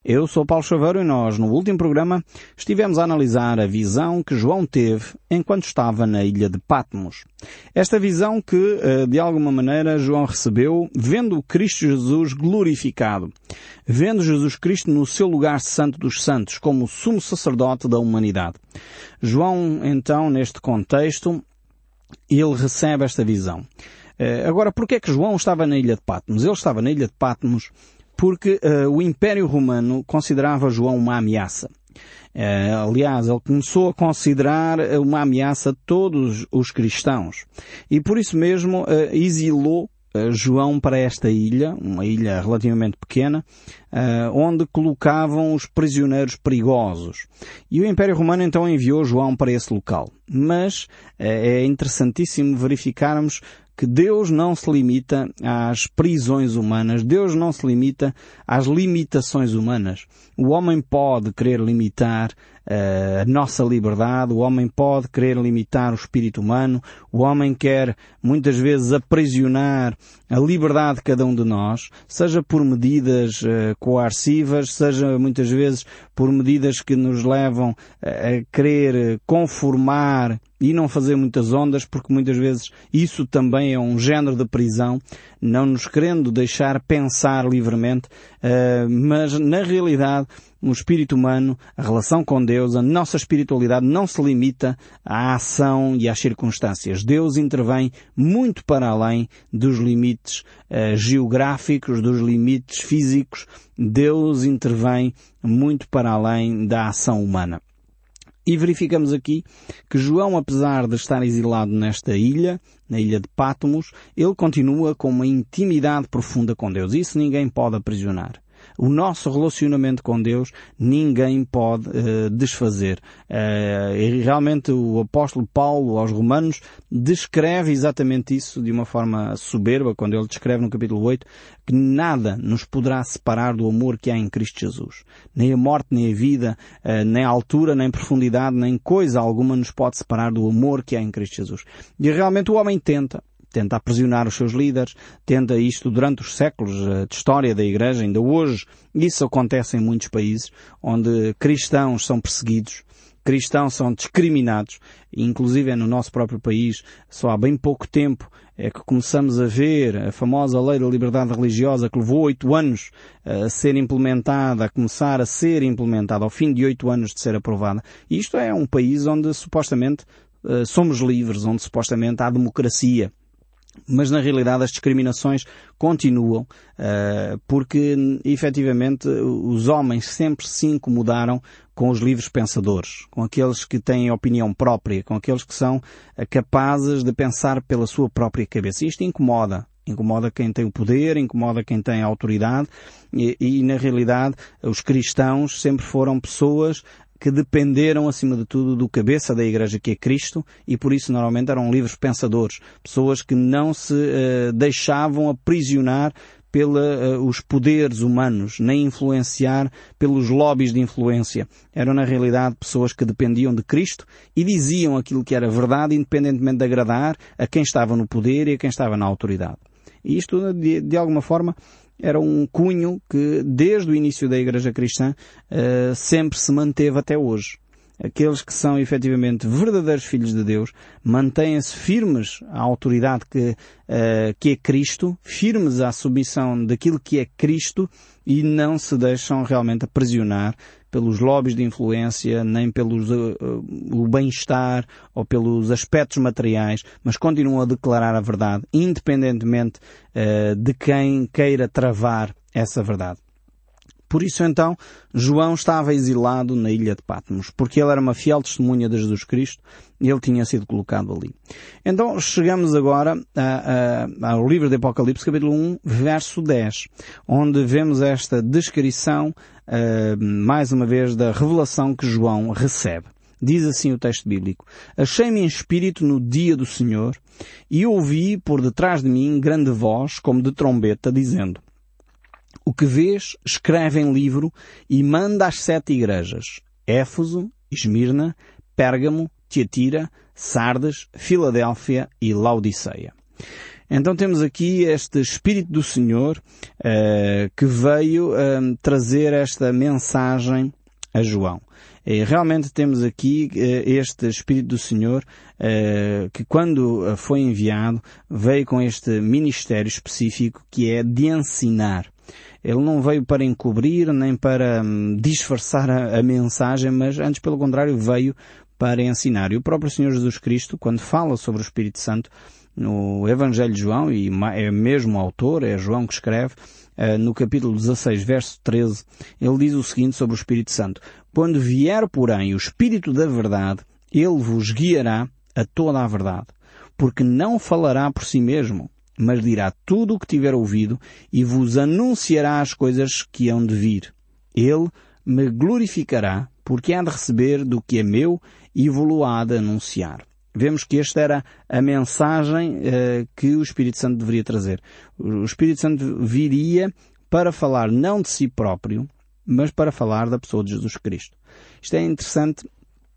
Eu sou Paulo Chaveiro e nós, no último programa, estivemos a analisar a visão que João teve enquanto estava na ilha de Patmos. Esta visão que, de alguma maneira, João recebeu vendo Cristo Jesus glorificado, vendo Jesus Cristo no seu lugar santo dos santos, como sumo sacerdote da humanidade. João, então, neste contexto, ele recebe esta visão. Agora, porquê é que João estava na ilha de Patmos? Ele estava na ilha de Patmos porque o Império Romano considerava João uma ameaça. Aliás, ele começou a considerar uma ameaça a todos os cristãos. E por isso mesmo exilou João para esta ilha, uma ilha relativamente pequena, onde colocavam os prisioneiros perigosos. E o Império Romano então enviou João para esse local. Mas é interessantíssimo verificarmos que Deus não se limita às prisões humanas, Deus não se limita às limitações humanas. O homem pode querer limitar a nossa liberdade, o homem pode querer limitar o espírito humano, o homem quer muitas vezes aprisionar a liberdade de cada um de nós, seja por medidas coercivas, seja muitas vezes por medidas que nos levam a querer conformar e não fazer muitas ondas, porque muitas vezes isso também é um género de prisão, não nos querendo deixar pensar livremente, mas na realidade o espírito humano, a relação com Deus, a nossa espiritualidade não se limita à ação e às circunstâncias. Deus intervém muito para além dos limites geográficos, dos limites físicos. Deus intervém muito para além da ação humana. E verificamos aqui que João, apesar de estar exilado nesta ilha, na ilha de Patmos, ele continua com uma intimidade profunda com Deus. Isso ninguém pode aprisionar. O nosso relacionamento com Deus ninguém pode desfazer. E realmente o apóstolo Paulo aos Romanos descreve exatamente isso de uma forma soberba, quando ele descreve no capítulo 8 que nada nos poderá separar do amor que há em Cristo Jesus. Nem a morte, nem a vida, nem a altura, nem a profundidade, nem coisa alguma nos pode separar do amor que há em Cristo Jesus. E realmente o homem tenta aprisionar os seus líderes, tenta isto durante os séculos de história da Igreja, ainda hoje isso acontece em muitos países, onde cristãos são perseguidos, cristãos são discriminados, inclusive no nosso próprio país, só há bem pouco tempo é que começamos a ver a famosa lei da liberdade religiosa que levou 8 anos a ser implementada, a começar a ser implementada, ao fim de 8 anos de ser aprovada. E isto é um país onde supostamente somos livres, onde supostamente há democracia. Mas na realidade as discriminações continuam, porque efetivamente os homens sempre se incomodaram com os livres pensadores, com aqueles que têm opinião própria, com aqueles que são capazes de pensar pela sua própria cabeça. Isto incomoda quem tem o poder, incomoda quem tem a autoridade e na realidade os cristãos sempre foram pessoas que dependeram, acima de tudo, do cabeça da Igreja, que é Cristo, e por isso normalmente eram livres pensadores, pessoas que não se deixavam aprisionar pelos poderes humanos, nem influenciar pelos lobbies de influência. Eram, na realidade, pessoas que dependiam de Cristo e diziam aquilo que era verdade, independentemente de agradar a quem estava no poder e a quem estava na autoridade. E isto, de alguma forma, era um cunho que, desde o início da Igreja Cristã, sempre se manteve até hoje. Aqueles que são efetivamente verdadeiros filhos de Deus mantêm-se firmes à autoridade que é Cristo, firmes à submissão daquilo que é Cristo e não se deixam realmente aprisionar pelos lobbies de influência, nem pelos o bem-estar ou pelos aspectos materiais, mas continuam a declarar a verdade, independentemente de quem queira travar essa verdade. Por isso então, João estava exilado na ilha de Patmos, porque ele era uma fiel testemunha de Jesus Cristo e ele tinha sido colocado ali. Então chegamos agora ao livro de Apocalipse, capítulo 1, verso 10, onde vemos esta descrição, mais uma vez, da revelação que João recebe. Diz assim o texto bíblico: Achei-me em espírito no dia do Senhor e ouvi por detrás de mim grande voz, como de trombeta, dizendo: O que vês, escreve em livro e manda às 7 igrejas: Éfeso, Esmirna, Pérgamo, Tiatira, Sardes, Filadélfia e Laodiceia. Então temos aqui este Espírito do Senhor que veio trazer esta mensagem a João. E realmente temos aqui este Espírito do Senhor que quando foi enviado veio com este ministério específico que é de ensinar. Ele não veio para encobrir nem para disfarçar a mensagem, mas antes pelo contrário veio para ensinar. E o próprio Senhor Jesus Cristo, quando fala sobre o Espírito Santo, no Evangelho de João, e é mesmo o autor, é João que escreve, no capítulo 16, verso 13, ele diz o seguinte sobre o Espírito Santo: quando vier, porém, o Espírito da verdade, ele vos guiará a toda a verdade, porque não falará por si mesmo, mas dirá tudo o que tiver ouvido e vos anunciará as coisas que hão de vir. Ele me glorificará, porque há de receber do que é meu e vos há de anunciar. Vemos que esta era a mensagem que o Espírito Santo deveria trazer. O Espírito Santo viria para falar não de si próprio, mas para falar da pessoa de Jesus Cristo. Isto é interessante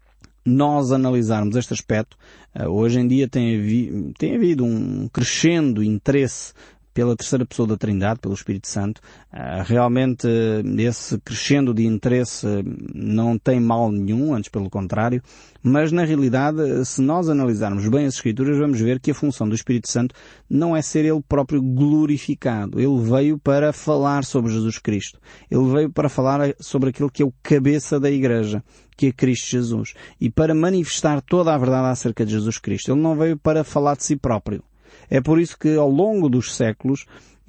nós analisarmos este aspecto. Hoje em dia tem havido um crescendo interesse pela terceira pessoa da Trindade, pelo Espírito Santo. Realmente esse crescendo de interesse não tem mal nenhum, antes pelo contrário, mas na realidade, se nós analisarmos bem as Escrituras, vamos ver que a função do Espírito Santo não é ser ele próprio glorificado. Ele veio para falar sobre Jesus Cristo. Ele veio para falar sobre aquilo que é o cabeça da Igreja, que é Cristo Jesus, e para manifestar toda a verdade acerca de Jesus Cristo. Ele não veio para falar de si próprio. É por isso que ao longo dos séculos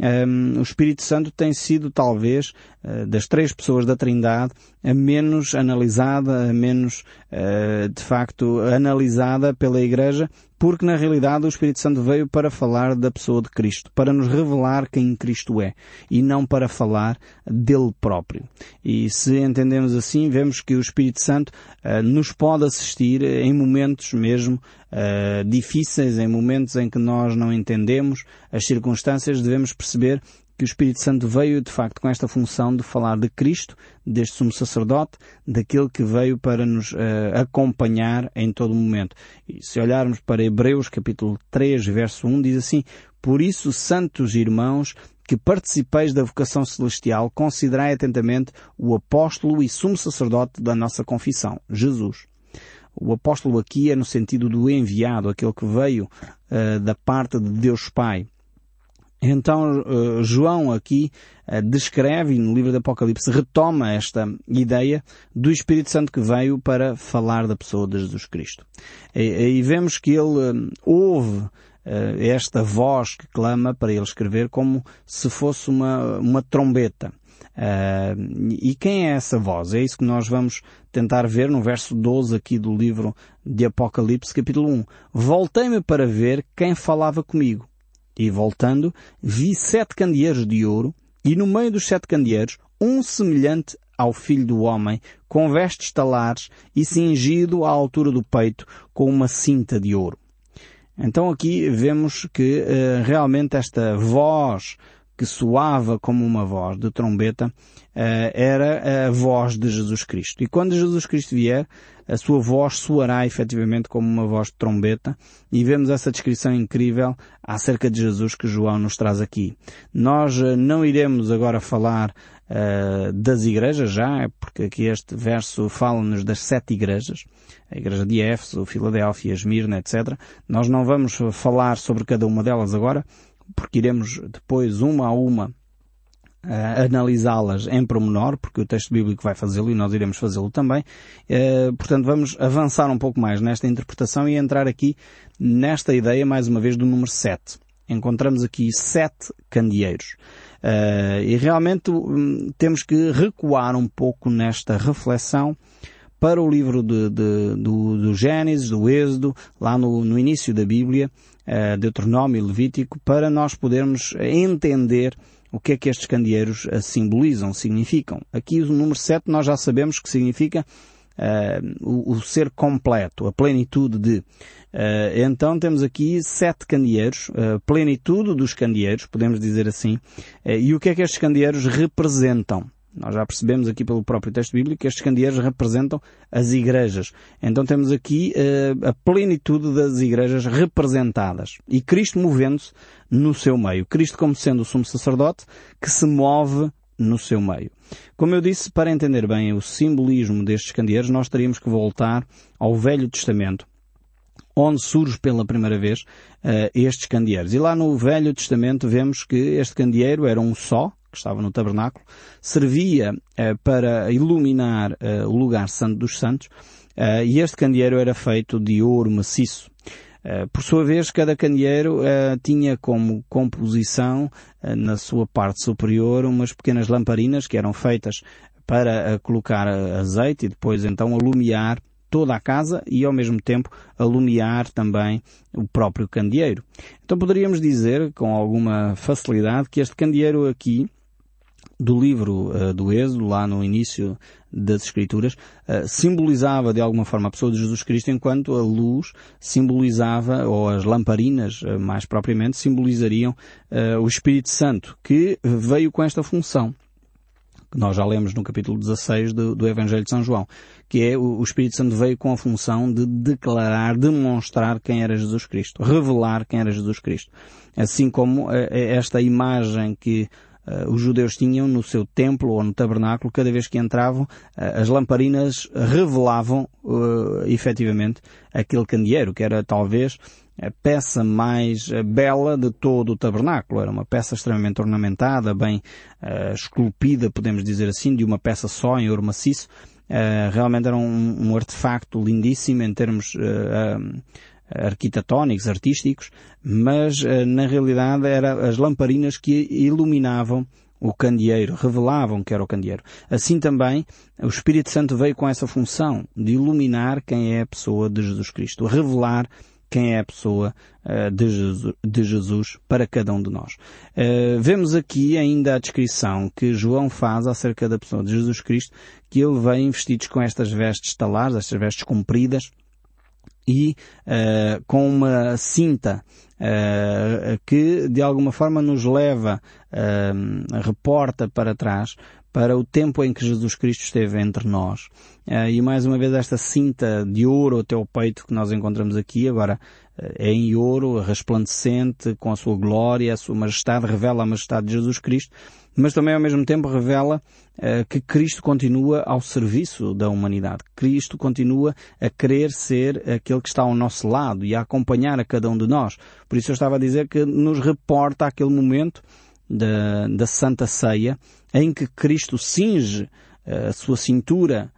o Espírito Santo tem sido talvez das três pessoas da Trindade a menos analisada, a menos de facto analisada pela Igreja, porque na realidade o Espírito Santo veio para falar da pessoa de Cristo, para nos revelar quem Cristo é e não para falar dele próprio. E se entendemos assim, vemos que o Espírito Santo nos pode assistir em momentos mesmo difíceis, em momentos em que nós não entendemos as circunstâncias. Devemos perceber que o Espírito Santo veio, de facto, com esta função de falar de Cristo, deste sumo sacerdote, daquele que veio para nos acompanhar em todo o momento. E se olharmos para Hebreus, capítulo 3, verso 1, diz assim: por isso, santos irmãos, que participeis da vocação celestial, considerai atentamente o apóstolo e sumo sacerdote da nossa confissão, Jesus. O apóstolo aqui é no sentido do enviado, aquele que veio da parte de Deus Pai. Então, João aqui descreve, e no livro do Apocalipse retoma esta ideia do Espírito Santo que veio para falar da pessoa de Jesus Cristo. E vemos que ele ouve esta voz que clama para ele escrever como se fosse uma trombeta. E quem é essa voz? É isso que nós vamos tentar ver no verso 12 aqui do livro de Apocalipse, capítulo 1. Voltei-me para ver quem falava comigo. E voltando, vi 7 candeeiros de ouro, e no meio dos 7 candeeiros, um semelhante ao Filho do Homem, com vestes talares e cingido à altura do peito, com uma cinta de ouro. Então aqui vemos que realmente esta voz que soava como uma voz de trombeta era a voz de Jesus Cristo. E quando Jesus Cristo vier, a sua voz soará efetivamente como uma voz de trombeta, e vemos essa descrição incrível acerca de Jesus que João nos traz aqui. Nós não iremos agora falar das igrejas já, porque aqui este verso fala-nos das 7 igrejas, a igreja de Éfeso, Filadélfia, Esmirna, etc. Nós não vamos falar sobre cada uma delas agora, porque iremos depois, uma a uma, analisá-las em pormenor, porque o texto bíblico vai fazê-lo e nós iremos fazê-lo também. Portanto, vamos avançar um pouco mais nesta interpretação e entrar aqui nesta ideia, mais uma vez, do número 7. Encontramos aqui 7 candeeiros. E realmente temos que recuar um pouco nesta reflexão para o livro do Gênesis, do Êxodo, lá no início da Bíblia, Deuteronômio e Levítico, para nós podermos entender o que é que estes candeeiros simbolizam, significam. Aqui o número 7 nós já sabemos que significa o ser completo, a plenitude de. Então temos aqui 7 candeeiros, plenitude dos candeeiros, podemos dizer assim. E o que é que estes candeeiros representam? Nós já percebemos aqui pelo próprio texto bíblico que estes candeeiros representam as igrejas. Então temos aqui a plenitude das igrejas representadas. E Cristo movendo-se no seu meio. Cristo como sendo o sumo sacerdote que se move no seu meio. Como eu disse, para entender bem o simbolismo destes candeeiros, nós teríamos que voltar ao Velho Testamento, onde surge pela primeira vez estes candeeiros. E lá no Velho Testamento vemos que este candeeiro era um só, que estava no tabernáculo, servia para iluminar o lugar santo dos santos, e este candeeiro era feito de ouro maciço. Por sua vez, cada candeeiro tinha como composição, na sua parte superior, umas pequenas lamparinas que eram feitas para colocar azeite e depois então alumiar toda a casa e ao mesmo tempo alumiar também o próprio candeeiro. Então poderíamos dizer com alguma facilidade que este candeeiro aqui do livro do Êxodo, lá no início das Escrituras, simbolizava de alguma forma a pessoa de Jesus Cristo, enquanto a luz simbolizava, ou as lamparinas mais propriamente, simbolizariam o Espírito Santo, que veio com esta função, que nós já lemos no capítulo 16 do Evangelho de São João, que é o Espírito Santo veio com a função de declarar, demonstrar quem era Jesus Cristo, revelar quem era Jesus Cristo. Assim como esta imagem que os judeus tinham no seu templo ou no tabernáculo, cada vez que entravam, as lamparinas revelavam efetivamente aquele candeeiro, que era talvez a peça mais bela de todo o tabernáculo. Era uma peça extremamente ornamentada, bem esculpida, podemos dizer assim, de uma peça só em ouro maciço. Realmente era um artefacto lindíssimo em termos arquitetónicos, artísticos, mas na realidade eram as lamparinas que iluminavam o candeeiro, revelavam que era o candeeiro. Assim também o Espírito Santo veio com essa função de iluminar quem é a pessoa de Jesus Cristo, revelar quem é a pessoa de Jesus para cada um de nós. Vemos aqui ainda a descrição que João faz acerca da pessoa de Jesus Cristo, que ele vem vestidos com estas vestes talares, estas vestes compridas, e com uma cinta que de alguma forma nos leva, reporta para trás, para o tempo em que Jesus Cristo esteve entre nós. E mais uma vez esta cinta de ouro até o peito que nós encontramos aqui, agora é em ouro, resplandecente, com a sua glória, a sua majestade, revela a majestade de Jesus Cristo, mas também ao mesmo tempo revela que Cristo continua ao serviço da humanidade. Cristo continua a querer ser aquele que está ao nosso lado e a acompanhar a cada um de nós. Por isso eu estava a dizer que nos reporta aquele momento da Santa Ceia, em que Cristo cinge a sua cintura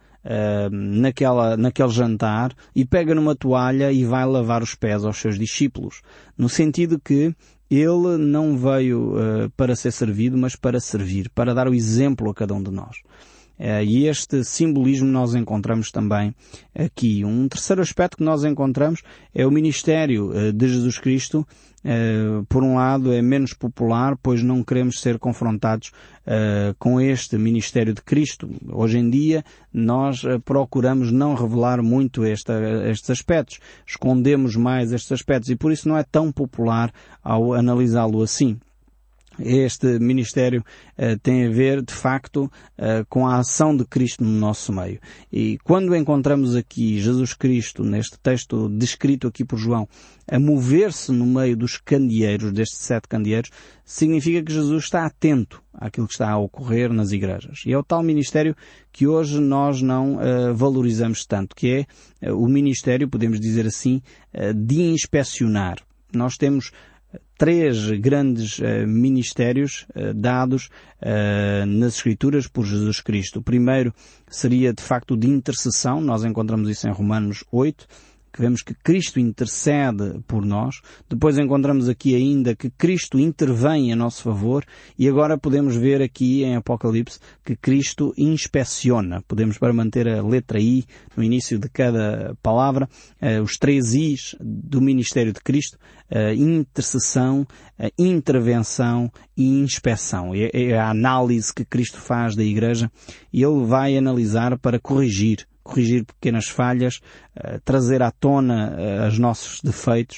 naquele jantar e pega numa toalha e vai lavar os pés aos seus discípulos, no sentido que ele não veio para ser servido, mas para servir, para dar o exemplo a cada um de nós. E este simbolismo nós encontramos também aqui. Um terceiro aspecto que nós encontramos é o ministério de Jesus Cristo. Por um lado é menos popular, pois não queremos ser confrontados com este ministério de Cristo. Hoje em dia nós procuramos não revelar muito estes aspectos, escondemos mais estes aspectos e por isso não é tão popular ao analisá-lo assim. Este ministério tem a ver, de facto, com a ação de Cristo no nosso meio. E quando encontramos aqui Jesus Cristo, neste texto descrito aqui por João, a mover-se no meio dos candeeiros, destes 7 candeeiros, significa que Jesus está atento àquilo que está a ocorrer nas igrejas. E é o tal ministério que hoje nós não valorizamos tanto, que é o ministério, podemos dizer assim, de inspecionar. Nós temos 3 grandes ministérios dados nas Escrituras por Jesus Cristo. O primeiro seria, de facto, de intercessão. Nós encontramos isso em Romanos 8, que vemos que Cristo intercede por nós. Depois encontramos aqui ainda que Cristo intervém a nosso favor. E agora podemos ver aqui em Apocalipse que Cristo inspeciona. Podemos, para manter a letra I no início de cada palavra, os 3 I's do ministério de Cristo: intercessão, intervenção e inspeção. É a análise que Cristo faz da Igreja e Ele vai analisar para corrigir pequenas falhas, trazer à tona os nossos defeitos,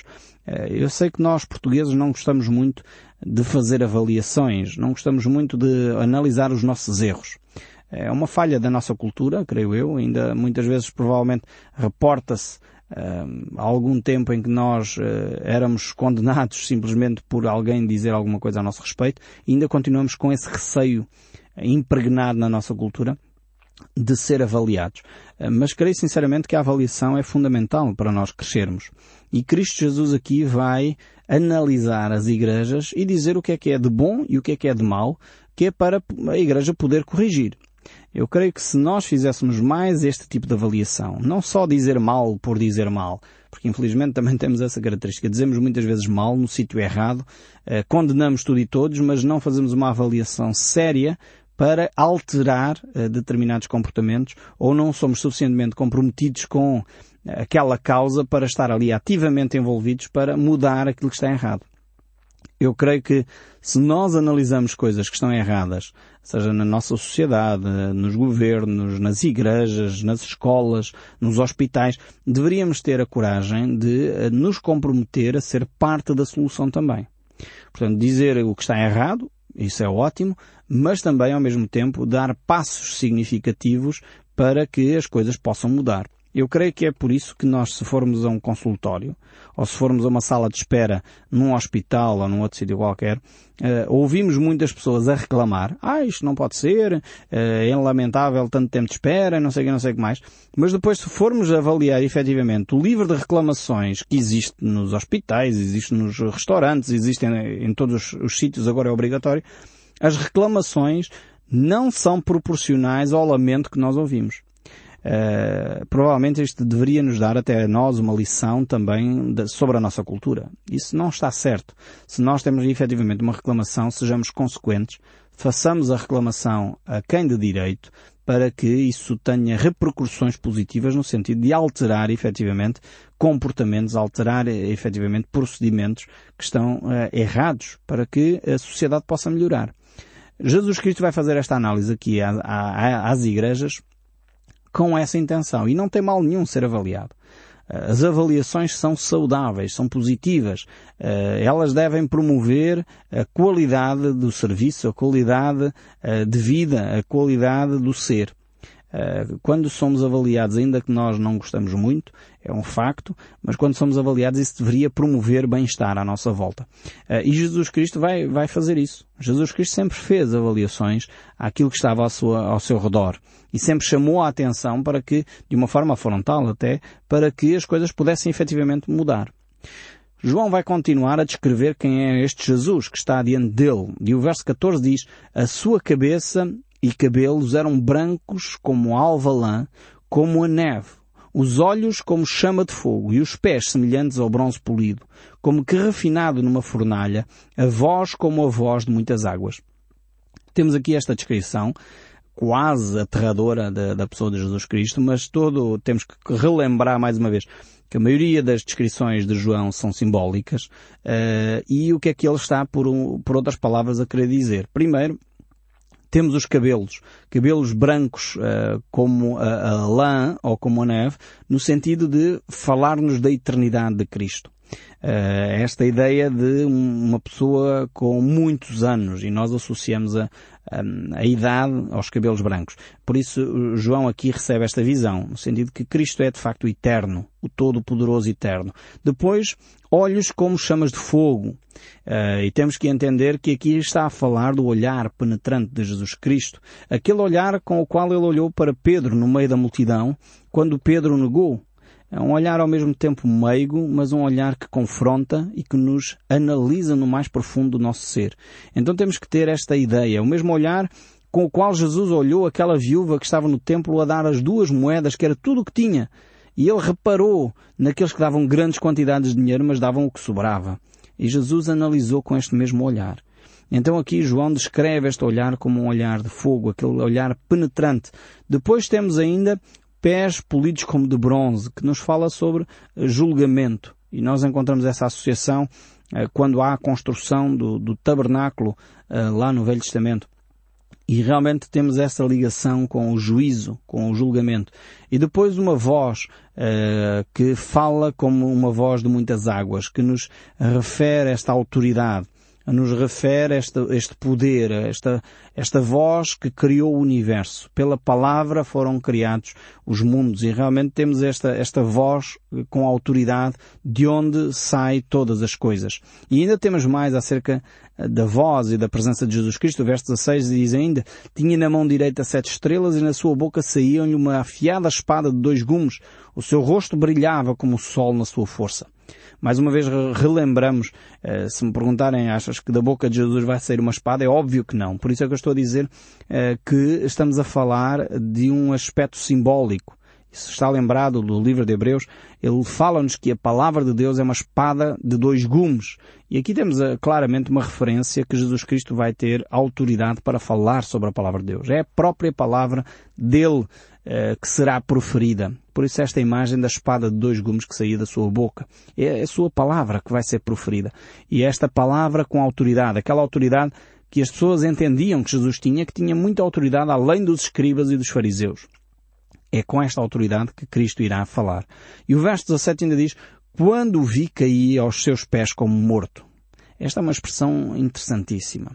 Eu sei que nós, portugueses, não gostamos muito de fazer avaliações, não gostamos muito de analisar os nossos erros. É uma falha da nossa cultura, creio eu, ainda muitas vezes provavelmente reporta-se há algum tempo em que nós éramos condenados simplesmente por alguém dizer alguma coisa a nosso respeito e ainda continuamos com esse receio impregnado na nossa cultura de ser avaliados. Mas creio sinceramente que a avaliação é fundamental para nós crescermos. E Cristo Jesus aqui vai analisar as igrejas e dizer o que é de bom e o que é de mau, que é para a igreja poder corrigir. Eu creio que se nós fizéssemos mais este tipo de avaliação, não só dizer mal por dizer mal, porque infelizmente também temos essa característica, dizemos muitas vezes mal no sítio errado, condenamos tudo e todos, mas não fazemos uma avaliação séria para alterar determinados comportamentos, ou não somos suficientemente comprometidos com aquela causa para estar ali ativamente envolvidos para mudar aquilo que está errado. Eu creio que se nós analisamos coisas que estão erradas, seja na nossa sociedade, nos governos, nas igrejas, nas escolas, nos hospitais, deveríamos ter a coragem de nos comprometer a ser parte da solução também. Portanto, dizer o que está errado, isso é ótimo, mas também, ao mesmo tempo, dar passos significativos para que as coisas possam mudar. Eu creio que é por isso que nós, se formos a um consultório, ou se formos a uma sala de espera num hospital ou num outro sítio qualquer, ouvimos muitas pessoas a reclamar, isto não pode ser, é lamentável tanto tempo de espera, não sei o que mais. Mas depois, se formos avaliar efetivamente o livro de reclamações que existe nos hospitais, existe nos restaurantes, existe em todos os sítios, agora é obrigatório, as reclamações não são proporcionais ao lamento que nós ouvimos. Provavelmente isto deveria nos dar até a nós uma lição também sobre a nossa cultura. Isso não está certo. Se nós temos efetivamente uma reclamação, sejamos consequentes, façamos a reclamação a quem de direito para que isso tenha repercussões positivas no sentido de alterar efetivamente comportamentos, alterar efetivamente procedimentos que estão errados para que a sociedade possa melhorar. Jesus Cristo vai fazer esta análise aqui às igrejas com essa intenção. E não tem mal nenhum ser avaliado. As avaliações são saudáveis, são positivas. Elas devem promover a qualidade do serviço, a qualidade de vida, a qualidade do ser. Quando somos avaliados, ainda que nós não gostamos muito, é um facto, mas quando somos avaliados isso deveria promover bem-estar à nossa volta. E Jesus Cristo vai fazer isso. Jesus Cristo sempre fez avaliações àquilo que estava ao seu redor e sempre chamou a atenção para que, de uma forma frontal até, para que as coisas pudessem efetivamente mudar. João vai continuar a descrever quem é este Jesus que está diante dele. E o verso 14 diz, a sua cabeça e cabelos eram brancos como a alva lã, como a neve, os olhos como chama de fogo e os pés semelhantes ao bronze polido, como que refinado numa fornalha, a voz como a voz de muitas águas. Temos aqui esta descrição quase aterradora da pessoa de Jesus Cristo, mas temos que relembrar mais uma vez que a maioria das descrições de João são simbólicas e o que é que ele está, por outras palavras, a querer dizer. Primeiro, temos os cabelos brancos como a lã ou como a neve, no sentido de falar-nos da eternidade de Cristo. Esta ideia de uma pessoa com muitos anos, e nós associamos a idade aos cabelos brancos. Por isso João aqui recebe esta visão, no sentido que Cristo é de facto eterno, o Todo-Poderoso eterno. Depois, olhos como chamas de fogo. E temos que entender que aqui está a falar do olhar penetrante de Jesus Cristo. Aquele olhar com o qual ele olhou para Pedro no meio da multidão, quando Pedro o negou. É um olhar ao mesmo tempo meigo, mas um olhar que confronta e que nos analisa no mais profundo do nosso ser. Então temos que ter esta ideia, o mesmo olhar com o qual Jesus olhou aquela viúva que estava no templo a dar as 2 moedas, que era tudo o que tinha. E ele reparou naqueles que davam grandes quantidades de dinheiro, mas davam o que sobrava. E Jesus analisou com este mesmo olhar. Então aqui João descreve este olhar como um olhar de fogo, aquele olhar penetrante. Depois temos ainda pés polidos como de bronze, que nos fala sobre julgamento. E nós encontramos essa associação quando há a construção do tabernáculo lá no Velho Testamento. E realmente temos essa ligação com o juízo, com o julgamento. E depois uma voz que fala como uma voz de muitas águas, que nos refere esta autoridade, nos refere este poder, esta voz que criou o universo. Pela palavra foram criados os mundos e realmente temos esta voz com autoridade de onde sai todas as coisas. E ainda temos mais acerca da voz e da presença de Jesus Cristo. O verso 16 diz ainda: tinha na mão direita 7 estrelas e na sua boca saía-lhe uma afiada espada de 2 gumes. O seu rosto brilhava como o sol na sua força. Mais uma vez relembramos, se me perguntarem, achas que da boca de Jesus vai sair uma espada? É óbvio que não. Por isso é que eu estou a dizer que estamos a falar de um aspecto simbólico. Se está lembrado do livro de Hebreus, ele fala-nos que a palavra de Deus é uma espada de 2 gumes. E aqui temos claramente uma referência que Jesus Cristo vai ter autoridade para falar sobre a palavra de Deus. É a própria palavra dele que será proferida. Por isso esta imagem da espada de 2 gumes que saía da sua boca. É a sua palavra que vai ser proferida. E esta palavra com autoridade, aquela autoridade que as pessoas entendiam que Jesus tinha, que tinha muita autoridade além dos escribas e dos fariseus. É com esta autoridade que Cristo irá falar. E o verso 17 ainda diz: quando o vi caí aos seus pés como morto. Esta é uma expressão interessantíssima.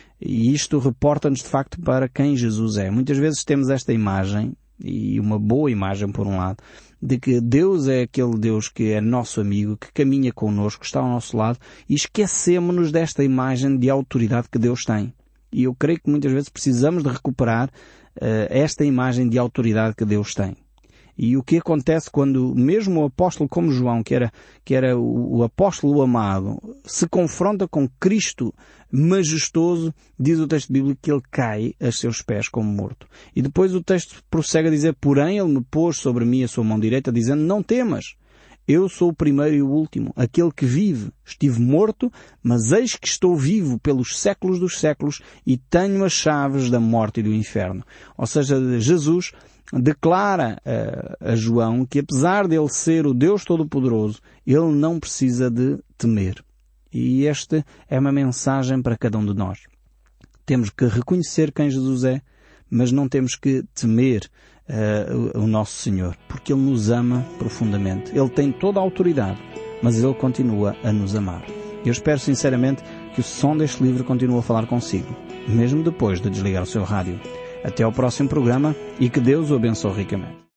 E isto reporta-nos de facto para quem Jesus é. Muitas vezes temos esta imagem, e uma boa imagem por um lado, de que Deus é aquele Deus que é nosso amigo, que caminha connosco, que está ao nosso lado, e esquecemos-nos desta imagem de autoridade que Deus tem. E eu creio que muitas vezes precisamos de recuperar esta imagem de autoridade que Deus tem. E o que acontece quando mesmo o apóstolo como João, que era o apóstolo amado, se confronta com Cristo majestoso, diz o texto bíblico que ele cai a seus pés como morto. E depois o texto prossegue a dizer: porém ele me pôs sobre mim a sua mão direita, dizendo: não temas, eu sou o primeiro e o último, aquele que vive. Estive morto, mas eis que estou vivo pelos séculos dos séculos e tenho as chaves da morte e do inferno. Ou seja, Jesus declara a João que apesar de ele ser o Deus Todo-Poderoso, ele não precisa de temer. E esta é uma mensagem para cada um de nós. Temos que reconhecer quem Jesus é, mas não temos que temer o nosso Senhor, porque Ele nos ama profundamente. Ele tem toda a autoridade, mas Ele continua a nos amar. Eu espero sinceramente que o som deste livro continue a falar consigo, mesmo depois de desligar o seu rádio. Até ao próximo programa e que Deus o abençoe ricamente.